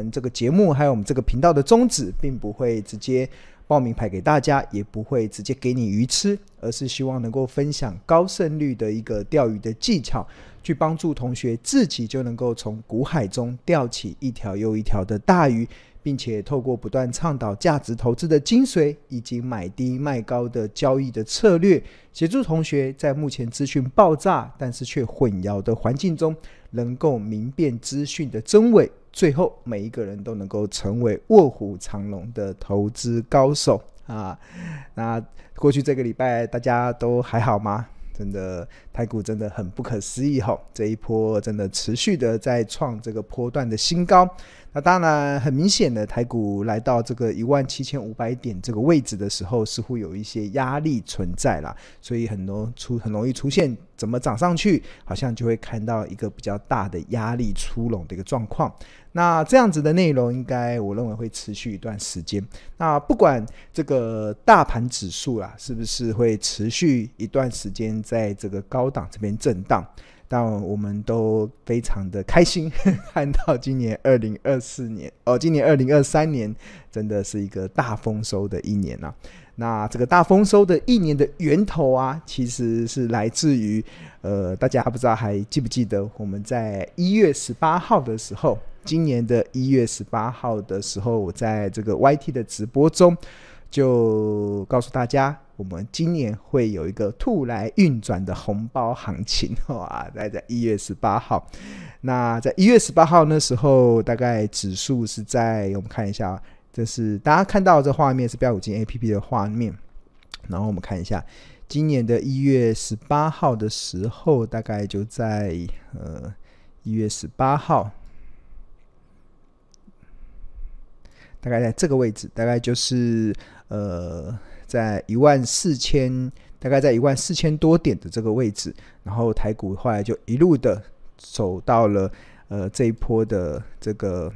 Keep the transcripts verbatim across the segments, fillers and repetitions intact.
们这个节目还有我们这个频道的宗旨并不会直接报名牌给大家，也不会直接给你鱼吃，而是希望能够分享高胜率的一个钓鱼的技巧，去帮助同学自己就能够从股海中钓起一条又一条的大鱼，并且透过不断倡导价值投资的精髓以及买低卖高的交易的策略，协助同学在目前资讯爆炸但是却混淆的环境中能够明辨资讯的真伪，最后每一个人都能够成为卧虎藏龙的投资高手啊！那过去这个礼拜大家都还好吗？真的台股真的很不可思议吼，这一波真的持续的在创这个波段的新高。那当然很明显的，台股来到这个一万七千五百点这个位置的时候，似乎有一些压力存在啦，所以很容出很容易出现怎么涨上去好像就会看到一个比较大的压力出笼的一个状况。那这样子的内容应该我认为会持续一段时间，那不管这个大盘指数啦是不是会持续一段时间在这个高档这边震荡，但我们都非常的开心看到今年二零二四年哦，今年二零二三年真的是一个大丰收的一年啊。那这个大丰收的一年的源头啊，其实是来自于呃，大家不知道还记不记得我们在一月十八号的时候，今年的一月十八号的时候，我在这个 Y T 的直播中就告诉大家，我们今年会有一个兔来运转的红包行情，哇，大概在一月十八号。那在一月十八号那时候，大概指数是在，我们看一下，这是大家看到这画面是标股金 A P P 的画面，然后我们看一下，今年的一月十八号的时候，大概就在呃一月十八号。大概在这个位置，大概就是呃，在一万四千，大概在一万四千多点的这个位置，然后台股后来就一路的走到了呃这一波的这个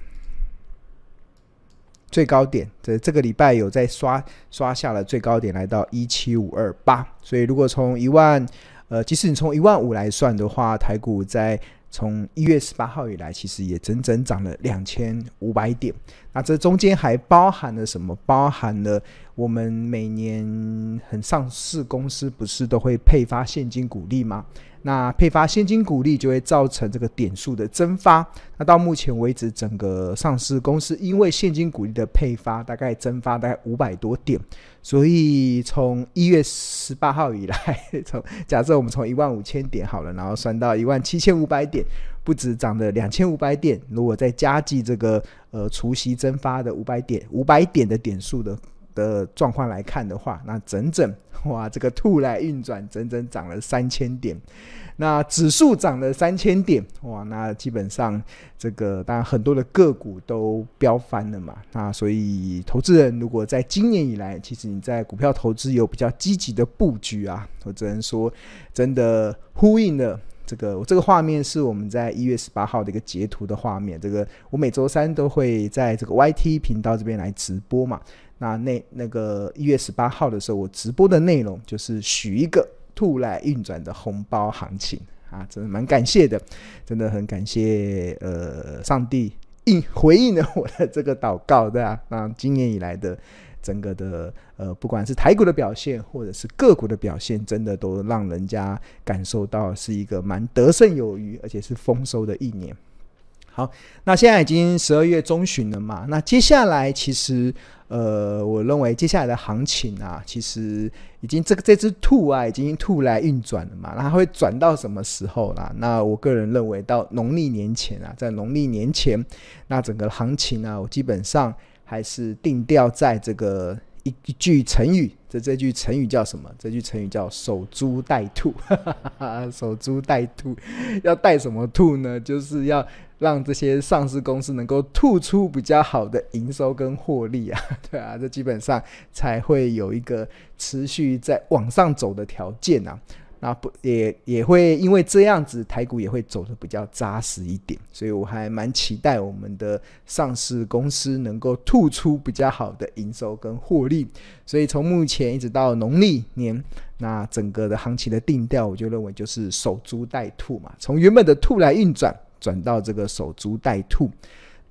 最高点，这这个礼拜有在刷刷下了最高点，来到一七五二八，所以如果从一万呃，即使你从一万五来算的话，台股在从一月十八号以来，其实也整整涨了两千五百点。那这中间还包含了什么？包含了我们每年很上市公司不是都会配发现金股利吗？那配发现金股利就会造成这个点数的增发。那到目前为止，整个上市公司因为现金股利的配发，大概增发大概五百多点。所以从一月十八号以来，从假设我们从一万五千点好了，然后算到一万七千五百点，不止涨了两千五百点，如果再加计这个呃除息增发的五百点五百点的点数的的状况来看的话，那整整哇这个兔来运转整整涨了三千点，那指数涨了三千点，哇，那基本上这个当然很多的个股都飙翻了嘛，那所以投资人如果在今年以来，其实你在股票投资有比较积极的布局啊，我只能说真的呼应了这个，这个画面是我们在一月十八号的一个截图的画面，这个我每周三都会在这个 Y T 频道这边来直播嘛，那那那个一月十八号的时候，我直播的内容就是许一个兔来运转的红包行情啊，真的蛮感谢的，真的很感谢呃上帝应回应了我的这个祷告，对啊，那今年以来的整个的呃，不管是台股的表现或者是个股的表现，真的都让人家感受到是一个蛮得胜有余，而且是丰收的一年。好，那现在已经十二月中旬了嘛，那接下来其实呃，我认为接下来的行情啊，其实已经这个这只兔啊，已经兔来运转了嘛，那它会转到什么时候啦？那我个人认为到农历年前啊，在农历年前，那整个行情啊，我基本上还是定调在这个一一句成语，这这句成语叫什么？这句成语叫守株待兔。守株待兔，要带什么兔呢？就是要让这些上市公司能够吐出比较好的营收跟获利啊，对啊，这基本上才会有一个持续在往上走的条件啊。那不 也, 也会因为这样子，台股也会走得比较扎实一点，所以我还蛮期待我们的上市公司能够吐出比较好的营收跟获利。所以从目前一直到农历年，那整个的行情的定调，我就认为就是守株待兔嘛，从原本的兔来运转，转到这个守株待兔。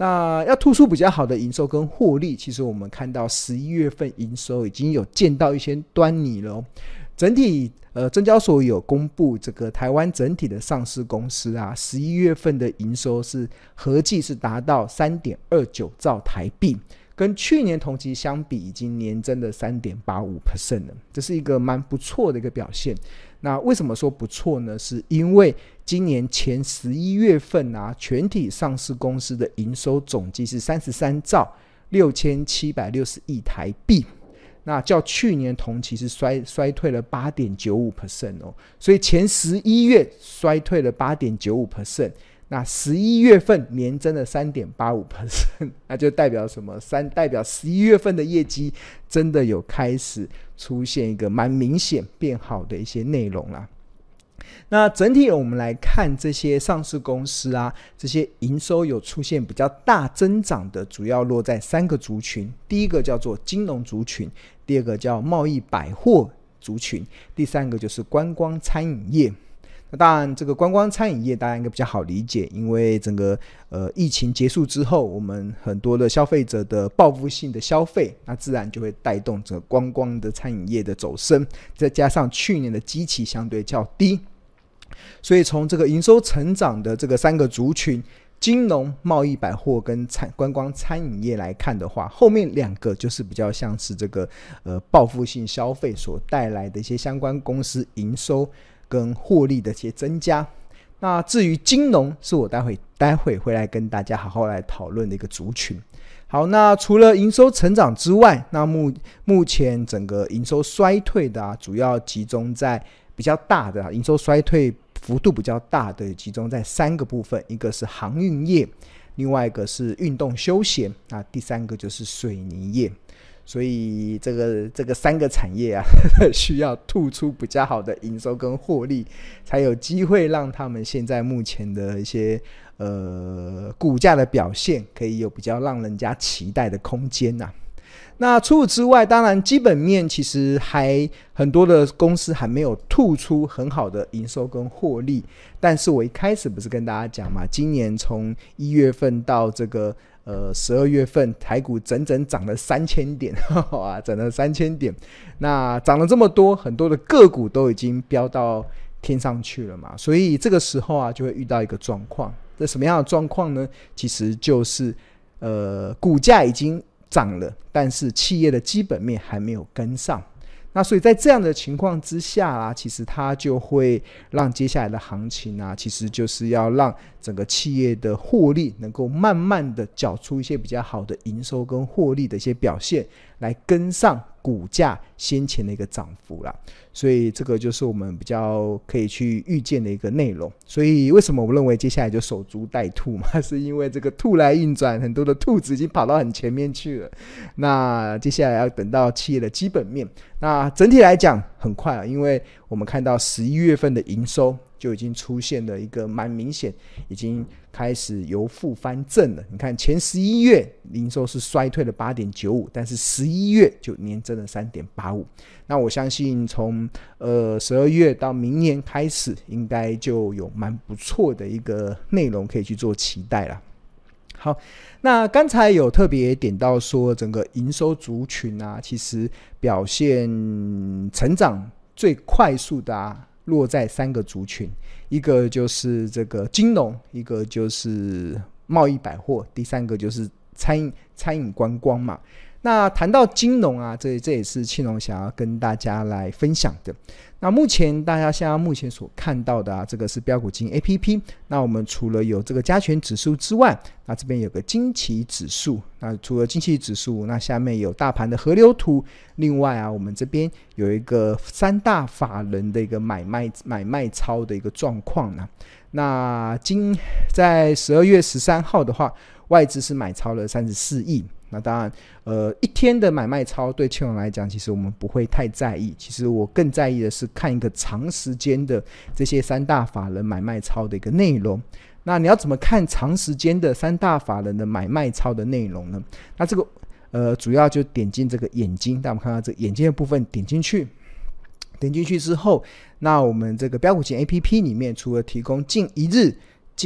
那要突出比较好的营收跟获利，其实我们看到十一月份营收已经有见到一些端倪了哦。整体呃，证交所有公布这个台湾整体的上市公司啊，十一月份的营收是合计是达到 三点二九兆台币，跟去年同期相比已经年增了 百分之三点八五 了，这是一个蛮不错的一个表现。那为什么说不错呢？是因为今年前十一月份啊，全体上市公司的营收总计是三十三兆六千七百六十亿台币，那较去年同期是 衰, 衰退了 八点九五 哦，所以前十一月衰退了 八点九五， 那十一月份年增了 百分之三点八五， 那就代表什么？三代表十一月份的业绩真的有开始出现一个蛮明显变好的一些内容啦。那整体我们来看这些上市公司啊，这些营收有出现比较大增长的，主要落在三个族群。第一个叫做金融族群，第二个叫贸易百货族群，第三个就是观光餐饮业。那当然这个观光餐饮业大家应该比较好理解，因为整个呃疫情结束之后，我们很多的消费者的报复性的消费，那自然就会带动整个观光的餐饮业的走升，再加上去年的基期相对较低，所以从这个营收成长的这个三个族群，金融、贸易百货跟观光餐饮业来看的话，后面两个就是比较像是这个呃报复性消费所带来的一些相关公司营收跟获利的一些增加。那至于金融，是我待会待会会来跟大家好好来讨论的一个族群。好，那除了营收成长之外，那 目, 目前整个营收衰退的啊，主要集中在比较大的、啊、营收衰退幅度比较大的集中在三个部分，一个是航运业，另外一个是运动休闲，那第三个就是水泥业。所以这个这个三个产业啊需要吐出比较好的营收跟获利，才有机会让他们现在目前的一些呃股价的表现可以有比较让人家期待的空间啊。那除此之外，当然基本面其实还很多的公司还没有吐出很好的营收跟获利，但是我一开始不是跟大家讲嘛，今年从一月份到这个呃十二月份，台股整整涨了三千点，哇，涨了三千点，那涨了这么多，很多的个股都已经飙到天上去了嘛，所以这个时候啊就会遇到一个状况，这什么样的状况呢？其实就是呃股价已经涨了，但是企业的基本面还没有跟上，那所以在这样的情况之下啊，其实它就会让接下来的行情啊，其实就是要让整个企业的获利能够慢慢的缴出一些比较好的营收跟获利的一些表现，来跟上股价先前的一个涨幅啦。所以这个就是我们比较可以去预见的一个内容。所以为什么我认为接下来就守株待兔嘛？是因为这个兔来运转，很多的兔子已经跑到很前面去了。那接下来要等到企业的基本面。那整体来讲很快啊，因为我们看到十一月份的营收就已经出现了一个蛮明显，已经开始由负翻正了。你看前十一月营收是衰退了 八点九五， 但是十一月就年增了 三点八五。那我相信从呃十二月到明年开始，应该就有蛮不错的一个内容可以去做期待啦。好，那刚才有特别点到说，整个营收族群啊，其实表现成长最快速的啊，落在三个族群，一个就是这个金融，一个就是贸易百货，第三个就是餐饮餐饮观光嘛。那谈到金融啊，这这也是庆荣想要跟大家来分享的。那目前大家现在目前所看到的啊，这个是标股金 A P P。那我们除了有这个加权指数之外，那这边有个金期指数。那除了金期指数，那下面有大盘的河流图。另外啊，我们这边有一个三大法人的一个买卖买卖超的一个状况呢。那今在十二月十三号的话，外资是买超了三十四亿。那当然呃，一天的买卖超对庆荣来讲，其实我们不会太在意，其实我更在意的是看一个长时间的这些三大法人买卖超的一个内容。那你要怎么看长时间的三大法人的买卖超的内容呢？那这个呃，主要就点进这个眼睛，大家我们看到这个眼睛的部分，点进去点进去之后，那我们这个标股金 A P P 里面除了提供近一日近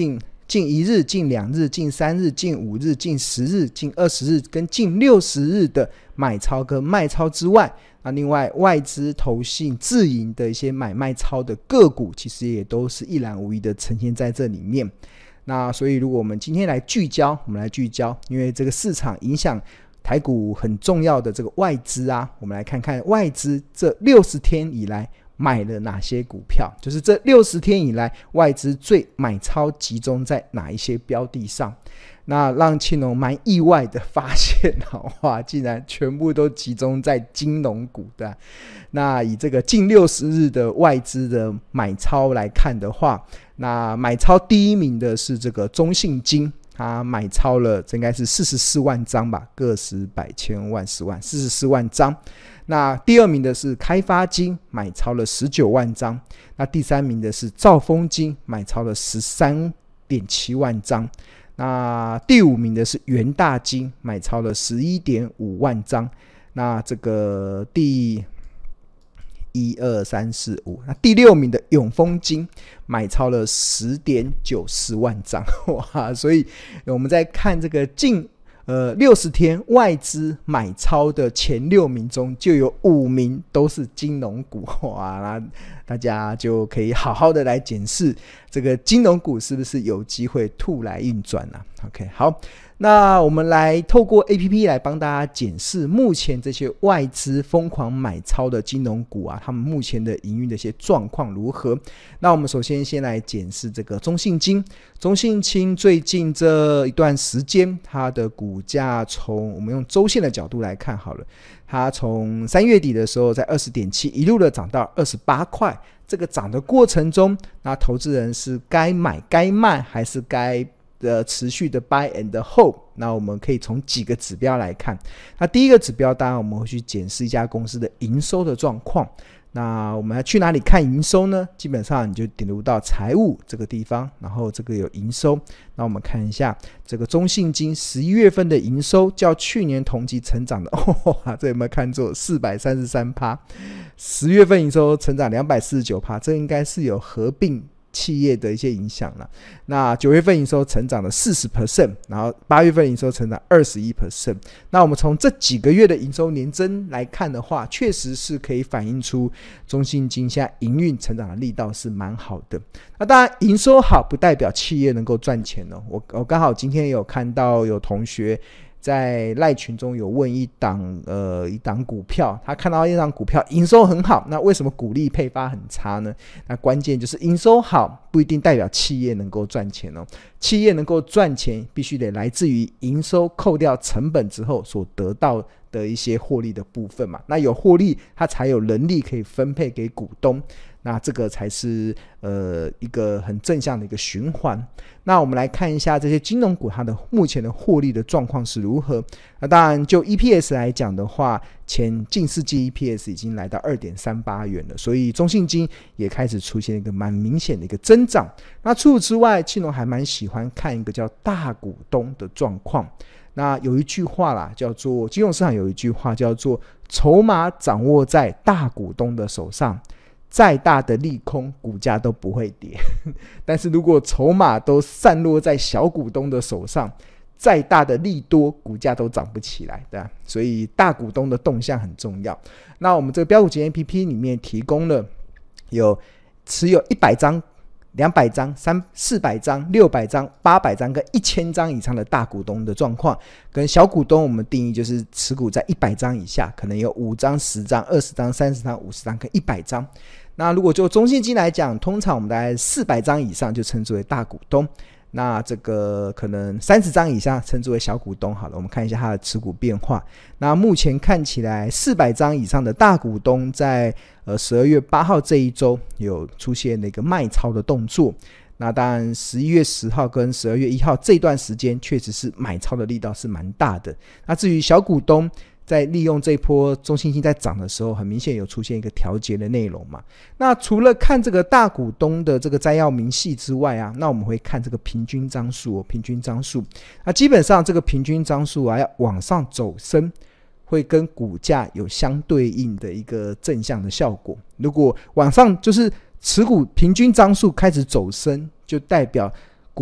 近一日、近两日、近三日、近五日、近十日、近二十日跟近六十日的买超跟卖超之外，那另外外资、投信、自营的一些买卖超的个股，其实也都是一览无遗的呈现在这里面。那所以如果我们今天来聚焦，我们来聚焦，因为这个市场影响台股很重要的这个外资啊，我们来看看外资这六十天以来买了哪些股票，就是这六十天以来外资最买超集中在哪一些标的上。那让庆农蛮意外的发现，哇，竟然全部都集中在金融股的。那以这个近六十日的外资的买超来看的话，那买超第一名的是这个中信金，他买超了应该是四十四万张吧，个十百千万十万四十四万张。那第二名的是开发金，买超了十九万张。那第三名的是兆丰金，买超了十三点七万张。那第五名的是元大金，买超了 十一点五万张。那这个第一二三四五，那第六名的永丰金买超了 十点九四万张。哇，所以我们在看这个近呃六十天外资买超的前六名中，就有五名都是金融股。哇，那大家就可以好好的来检视这个金融股是不是有机会兔来运转啊。 OK， 好，那我们来透过 A P P 来帮大家检视目前这些外资疯狂买超的金融股啊，他们目前的营运的一些状况如何。那我们首先先来检视这个中信金。中信金最近这一段时间，它的股价从我们用周线的角度来看好了，它从三月底的时候在 二十点七 一路的涨到二十八块。这个涨的过程中，那投资人是该买该卖还是该的持续的 buy and hold？ 那我们可以从几个指标来看。那第一个指标，当然我们会去检视一家公司的营收的状况。那我们要去哪里看营收呢？基本上你就点入到财务这个地方，然后这个有营收。那我们看一下这个中信金十一月份的营收，较去年同期成长的，哦，这有没有看作 百分之四百三十三？ 十月份营收成长 百分之两百四十九， 这应该是有合并企业的一些影响了。那九月份营收成长了 百分之四十， 然后八月份营收成长 百分之二十一。 那我们从这几个月的营收年增来看的话，确实是可以反映出中信金现在营运成长的力道是蛮好的。那当然营收好不代表企业能够赚钱哦。我我刚好今天有看到有同学在赖群中有问一档呃一档股票，他看到一档股票营收很好，那为什么股利配发很差呢？那关键就是营收好不一定代表企业能够赚钱哦。企业能够赚钱必须得来自于营收扣掉成本之后所得到的一些获利的部分嘛。那有获利，它才有能力可以分配给股东。那这个才是呃一个很正向的一个循环。那我们来看一下这些金融股它的目前的获利的状况是如何。那当然就 E P S 来讲的话，前近世纪 E P S 已经来到 二点三八元了，所以中信金也开始出现一个蛮明显的一个增长。那除此之外，庆农还蛮喜欢看一个叫大股东的状况。那有一句话啦，叫做金融市场有一句话叫做筹码掌握在大股东的手上，再大的利空股价都不会跌。但是如果筹码都散落在小股东的手上，再大的利多股价都涨不起来，对吧？所以大股东的动向很重要。那我们这个标股金 A P P 里面提供了有持有一百张、两百张、四百张、六百张、八百张跟一千张以上的大股东的状况，跟小股东我们定义就是持股在一百张以下，可能有五张、十张、二十张、三十张、五十张跟一百张。那如果就中信金来讲，通常我们大概四百张以上就称之为大股东，那这个可能三十张以下称之为小股东。好了，我们看一下它的持股变化。那目前看起来四百张以上的大股东在呃十二月八号这一周有出现了一个卖超的动作。那当然十一月十号跟十二月一号这段时间确实是买超的力道是蛮大的。那至于小股东在利用这一波中信金在涨的时候，很明显有出现一个调节的内容嘛。那除了看这个大股东的这个摘要明细之外啊，那我们会看这个平均张数、哦、平均张数。那基本上这个平均张数啊要往上走升，会跟股价有相对应的一个正向的效果。如果往上就是持股平均张数开始走升，就代表股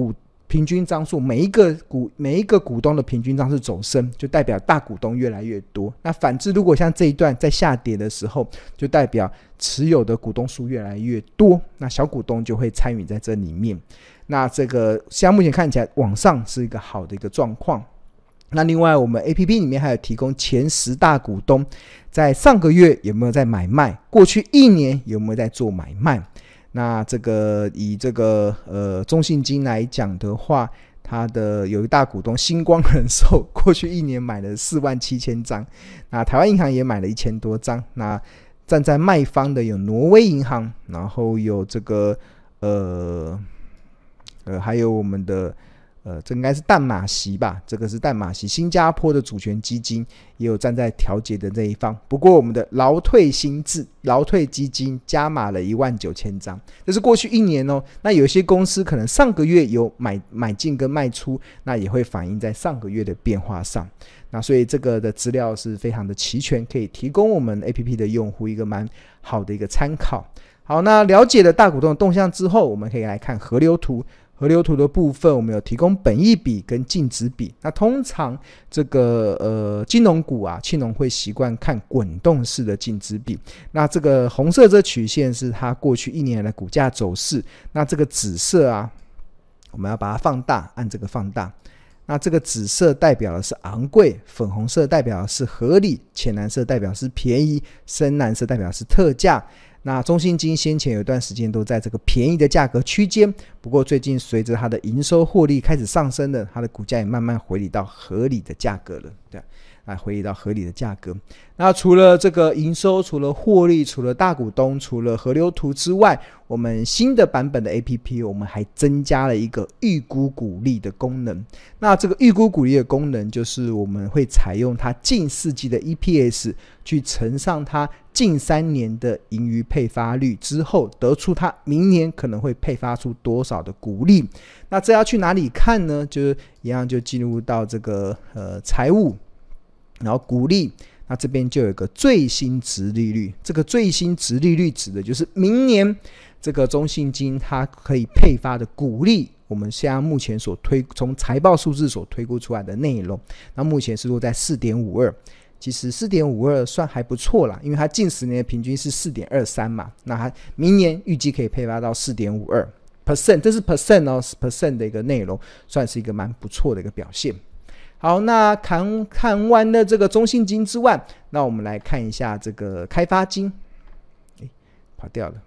平均张数，每一个股每一个股东的平均张数走升，就代表大股东越来越多。那反之，如果像这一段在下跌的时候，就代表持有的股东数越来越多，那小股东就会参与在这里面。那这个现在目前看起来往上是一个好的一个状况。那另外我们 A P P 里面还有提供前十大股东在上个月有没有在买卖，过去一年有没有在做买卖。那这个以这个呃中信金来讲的话，它的有一大股东星光人寿过去一年买了四万七千张，那台湾银行也买了一千多张。那站在卖方的有挪威银行，然后有这个呃呃还有我们的呃，这应该是淡马锡吧，这个是淡马锡，新加坡的主权基金也有站在调节的这一方。不过我们的劳退新制劳退基金加码了一万九千张，这是过去一年哦。那有些公司可能上个月有买买进跟卖出，那也会反映在上个月的变化上。那所以这个的资料是非常的齐全，可以提供我们 A P P 的用户一个蛮好的一个参考。好，那了解了大股东的动向之后，我们可以来看河流图。河流图的部分，我们有提供本益比跟净值比。那通常这个呃金融股啊，庆农会习惯看滚动式的净值比。那这个红色这曲线是它过去一年来的股价走势。那这个紫色啊，我们要把它放大，按这个放大。那这个紫色代表的是昂贵，粉红色代表的是合理，浅蓝色代表是便宜，深蓝色代表是特价。那中信金先前有一段时间都在这个便宜的价格区间，不过最近随着它的营收获利开始上升了，它的股价也慢慢回理到合理的价格了，对啊，回理到合理的价格。那除了这个营收，除了获利，除了大股东，除了河流图之外，我们新的版本的 A P P 我们还增加了一个预估股利的功能。那这个预估股利的功能就是我们会采用它近四季的 E P S 去乘上它近三年的盈余配发率之后，得出它明年可能会配发出多少的股利。那这要去哪里看呢？就是一样就进入到这个呃财务，然后股利，那这边就有一个最新殖利率。这个最新殖利率指的就是明年这个中信金它可以配发的股利，我们现在目前所推从财报数字所推估出来的内容。那目前是落在 四点五二， 其实 四点五二 算还不错啦，因为它近十年的平均是 四点二三 嘛，那它明年预计可以配发到 四点五二%， 这是 percent 哦 percent 的一个内容，算是一个蛮不错的一个表现。好，那 看, 看完了这个中信金之外，那我们来看一下这个开发金。诶，跑掉了。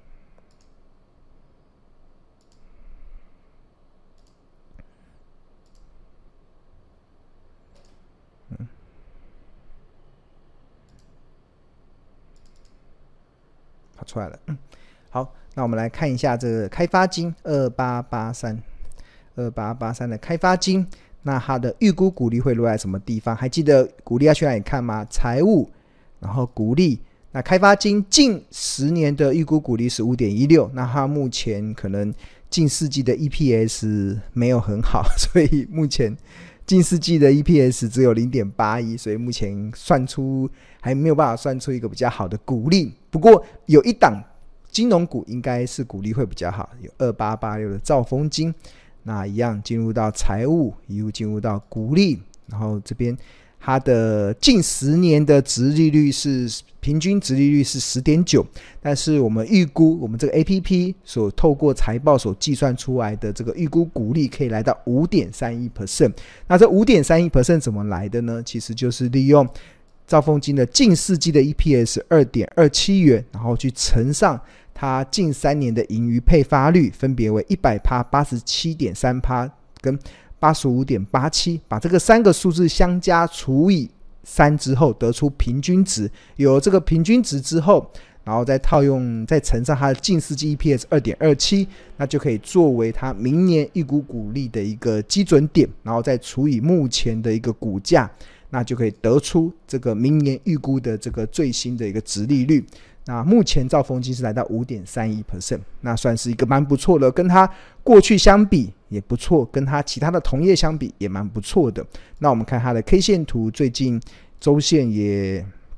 嗯，跑出来了。嗯，好，那我们来看一下这个开发金二八八三 二八八三的开发金。那它的预估股利会落在什么地方？还记得股利要去哪里看吗？财务，然后股利。那开发金近十年的预估股利是 五点一六， 那它目前可能近四季的 E P S 没有很好，所以目前近四季的 E P S 只有 零点八一， 所以目前算出还没有办法算出一个比较好的股利。不过有一档金融股应该是股利会比较好，有二八八六的兆丰金。那一样进入到财务，一路进入到股利，然后这边它的近十年的殖利率是平均殖利率是 十点九， 但是我们预估我们这个 A P P 所透过财报所计算出来的这个预估股利可以来到 五点三一%。 那这 五点三一% 怎么来的呢？其实就是利用兆丰金的近四季的 E P S 二点二七 元，然后去乘上它近三年的盈余配发率，分别为 百分之百、八十七点三 跟 八十五点八七， 把这个三个数字相加除以三之后得出平均值。有这个平均值之后，然后再套用再乘上它的近四季 E P S 二点二七， 那就可以作为它明年预估股利的一个基准点，然后再除以目前的一个股价，那就可以得出这个明年预估的这个最新的一个殖利率。那目前兆丰金是来到 五点三一%， 那算是一个蛮不错的，跟它过去相比也不错，跟它其他的同业相比也蛮不错的。那我们看它的 K 线图，最近周线也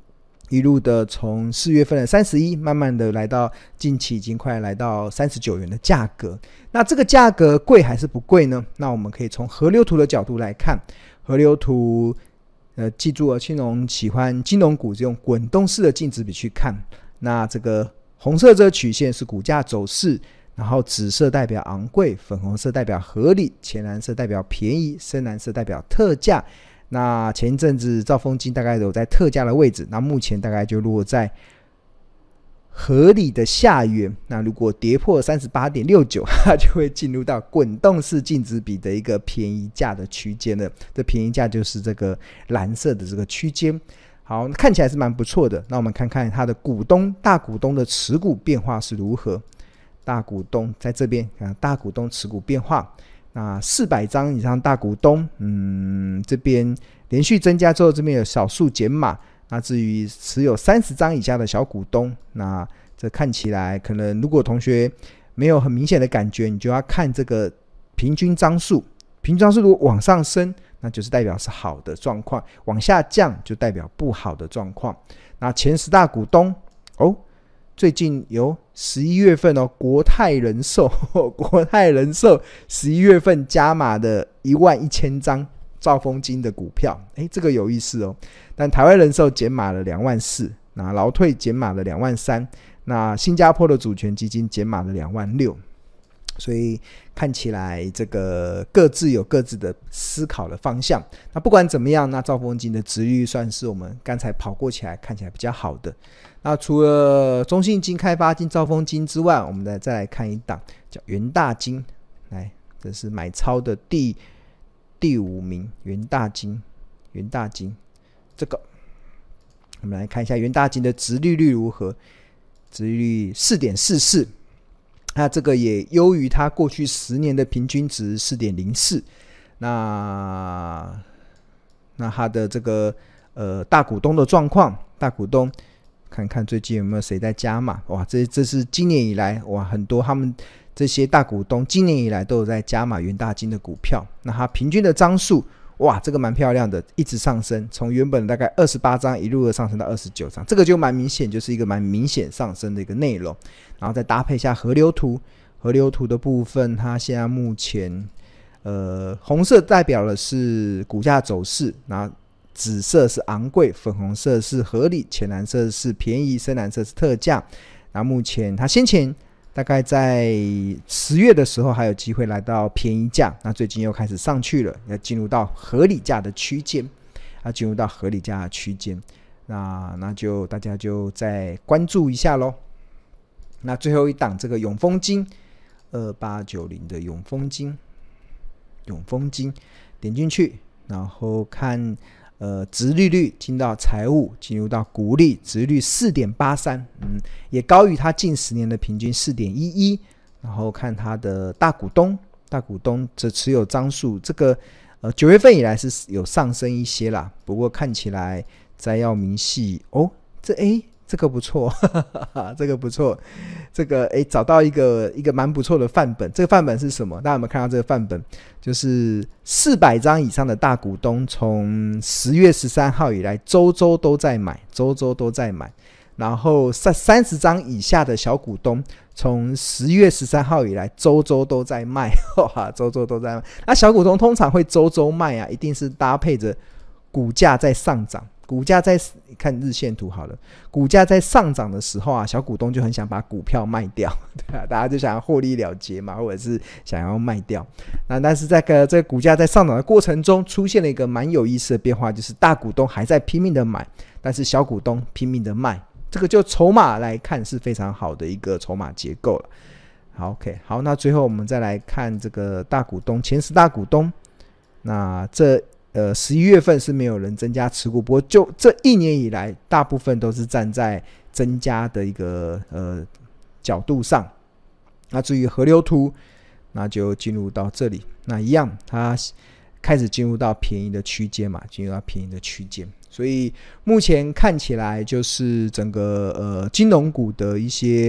一路的从四月份的三十一，慢慢的来到近期已经快来到三十九元的价格。那这个价格贵还是不贵呢？那我们可以从河流图的角度来看，河流图，呃，记住了，青龙喜欢金融股是用滚动式的净值比去看。那这个红色这个曲线是股价走势，然后紫色代表昂贵，粉红色代表合理，浅蓝色代表便宜，深蓝色代表特价。那前一阵子兆丰金大概有在特价的位置，那目前大概就落在合理的下缘。那如果跌破 三十八点六九， 它就会进入到滚动式净值比的一个便宜价的区间了。这便宜价就是这个蓝色的这个区间。好，看起来是蛮不错的。那我们看看它的股东大股东的持股变化是如何。大股东在这边看大股东持股变化，那四百张以上大股东，嗯，这边连续增加之后，这边有少数减码。那至于持有三十张以下的小股东，那这看起来可能如果同学没有很明显的感觉，你就要看这个平均张数。平均张数如果往上升，那就是代表是好的状况；往下降就代表不好的状况。那前十大股东哦。最近有十一月份哦，国泰人寿，国泰人寿十一月份加码的一万一千张兆丰金的股票，诶，这个有意思哦。但台湾人寿减码了两万四，那劳退减码了两万三，那新加坡的主权基金减码了两万六。所以看起来这个各自有各自的思考的方向。那不管怎么样，那兆丰金的殖利率算是我们刚才跑过起来看起来比较好的。那除了中信金、开发金、兆丰金之外，我们再再来看一档叫元大金，来，这是买超的第第五名，元大金，元大金，这个我们来看一下元大金的殖利率如何，殖利率 四点四四。那这个也优于它过去十年的平均值 四点零四。 那那它的这个呃大股东的状况，大股东看看最近有没有谁在加码。哇，这这是今年以来哇很多他们这些大股东今年以来都有在加码元大金的股票。那它平均的张数哇，这个蛮漂亮的，一直上升，从原本大概二十八张一路的上升到二十九张，这个就蛮明显，就是一个蛮明显上升的一个内容。然后再搭配一下河流图，河流图的部分，它现在目前呃红色代表的是股价走势，然后紫色是昂贵，粉红色是合理，浅蓝色是便宜，深蓝色是特价。然后目前它先前大概在十月的时候还有机会来到便宜价，那最近又开始上去了，要进入到合理价的区间，要进入到合理价的区间，那那就大家就再关注一下咯。那最后一档这个永丰金二八九零的永丰金，永丰金点进去，然后看呃，殖利率进到财务，进入到股利，殖利率 四点八三， 嗯，也高于它近十年的平均 四点一一。 然后看它的大股东，大股东这持有张数，这个呃九月份以来是有上升一些啦，不过看起来摘要明细哦，这诶这个不错，哈哈哈，这个不错，这个诶找到一个一个蛮不错的范本。这个范本是什么？大家有没有看到这个范本？就是四百张以上的大股东，从十月十三号以来，周周都在买，周周都在买。然后三十张以下的小股东，从十月十三号以来，周周都在卖，哇，周周都在卖。那小股东通常会周周卖啊，一定是搭配着股价在上涨。股价在看日线图好了，股价在上涨的时候啊，小股东就很想把股票卖掉，对啊，大家就想要获利了结嘛，或者是想要卖掉。那但是在这个这个股价在上涨的过程中，出现了一个蛮有意思的变化，就是大股东还在拼命的买，但是小股东拼命的卖。这个就筹码来看是非常好的一个筹码结构了。好 ，OK， 好，那最后我们再来看这个大股东前十大股东，那这。呃，十一月份是没有人增加持股，不过就这一年以来，大部分都是站在增加的一个呃角度上。那至于河流图，那就进入到这里，那一样，它开始进入到便宜的区间嘛，进入到便宜的区间。所以目前看起来，就是整个呃金融股的一些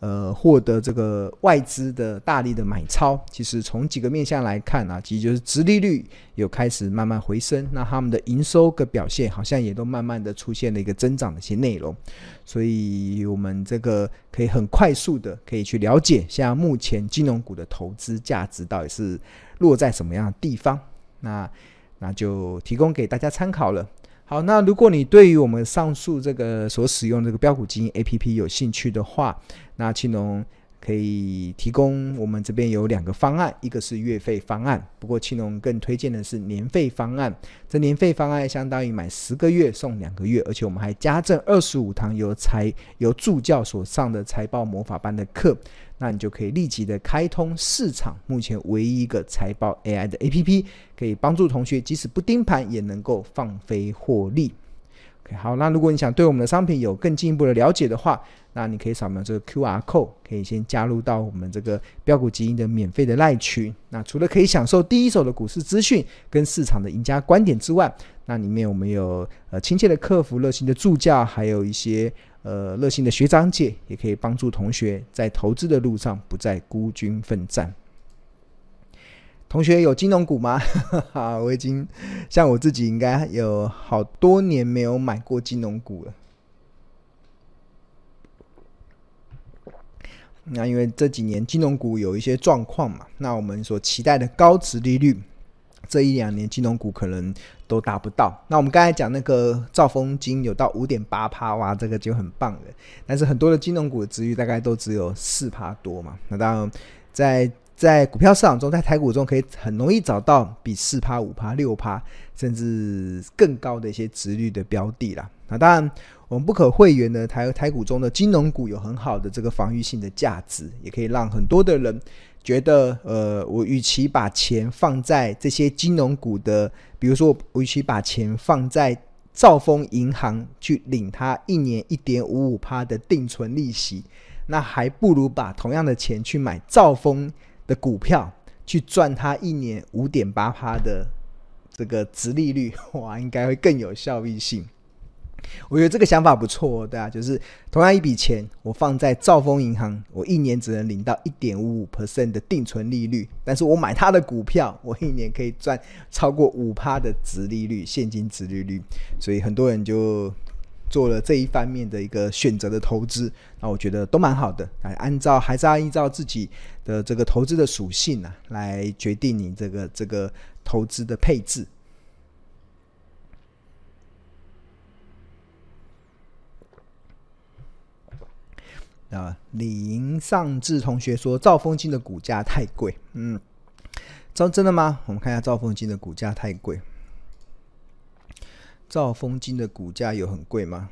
呃获得这个外资的大力的买超。其实从几个面向来看啊，其实就是殖利率有开始慢慢回升，那他们的营收的表现好像也都慢慢的出现了一个增长的一些内容，所以我们这个可以很快速的可以去了解现在目前金融股的投资价值到底是落在什么样的地方，那那就提供给大家参考了。好，那如果你对于我们上述这个所使用这个标股基金 A P P 有兴趣的话，那青农可以提供我们这边有两个方案，一个是月费方案，不过青农更推荐的是年费方案。这年费方案相当于买十个月送两个月，而且我们还加赠二十五堂由财由助教所上的财报魔法班的课，那你就可以立即的开通市场目前唯一一个财报 A I 的 A P P， 可以帮助同学即使不盯盘也能够放飞获利。Okay, 好，那如果你想对我们的商品有更进一步的了解的话，那你可以扫描这个 Q R code， 可以先加入到我们这个标股基因的免费的赖群。那除了可以享受第一手的股市资讯跟市场的赢家观点之外，那里面我们有呃亲切的客服、热心的助教，还有一些呃热心的学长姐，也可以帮助同学在投资的路上不再孤军奋战。同学有金融股吗？我已经像我自己应该有好多年没有买过金融股了。那因为这几年金融股有一些状况嘛，那我们所期待的高殖利率，这一两年金融股可能都达不到。那我们刚才讲那个兆丰金有到 百分之五点八， 哇，这个就很棒了。但是很多的金融股的殖利率大概都只有 百分之四 多嘛。那当然在在股票市场中，在台股中可以很容易找到比 百分之四、百分之五、百分之六 甚至更高的一些殖利率的标的啦。那当然我们不可讳言的 台, 台股中的金融股有很好的这个防御性的价值，也可以让很多的人觉得呃，我与其把钱放在这些金融股的，比如说我与其把钱放在兆丰银行去领它一年 百分之一点五五 的定存利息，那还不如把同样的钱去买兆丰的股票，去赚它一年 百分之五点八 的这个殖利率，哇，应该会更有效益性。我觉得这个想法不错，对啊，就是同样一笔钱我放在兆丰银行，我一年只能领到 百分之一点五五 的定存利率，但是我买它的股票，我一年可以赚超过 百分之五 的殖利率，现金殖利率。所以很多人就做了这一方面的一个选择的投资，那我觉得都蛮好的。按照还是要依照自己的这个投资的属性啊，来决定你这个这个投资的配置。啊，李莹尚志同学说兆丰金的股价太贵，嗯，真的吗？我们看一下兆丰金的股价太贵。兆丰金的股价有很贵吗？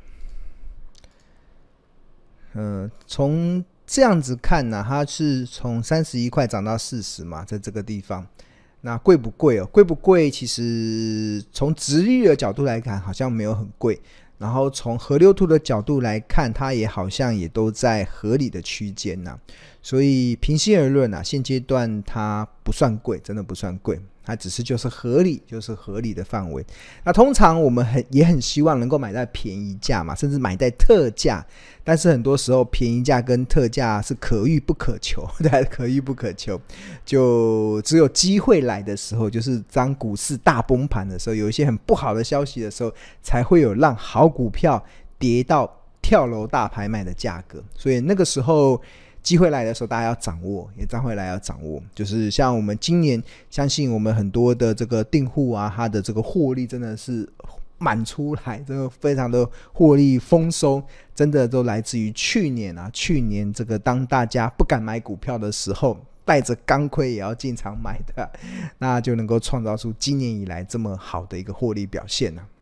嗯、呃，从这样子看呢、啊，它是从三十一块涨到四十嘛，在这个地方，那贵不贵哦？贵不贵？其实从殖利率的角度来看，好像没有很贵。然后从河流图的角度来看，它也好像也都在合理的区间呐，所以平心而论啊，现阶段它不算贵，真的不算贵，它只是就是合理，就是合理的范围。那通常我们很也很希望能够买在便宜价嘛，甚至买在特价，但是很多时候便宜价跟特价是可遇不可求，对，可遇不可求，就只有机会来的时候，就是当股市大崩盘的时候，有一些很不好的消息的时候，才会有让好股票跌到跳楼大拍卖的价格，所以那个时候机会来的时候，大家要掌握，也机会来要掌握。就是像我们今年，相信我们很多的这个订户啊，他的这个获利真的是满出来，真的非常的获利丰收，真的都来自于去年啊，去年这个当大家不敢买股票的时候，带着钢盔也要进场买的，那就能够创造出今年以来这么好的一个获利表现啊。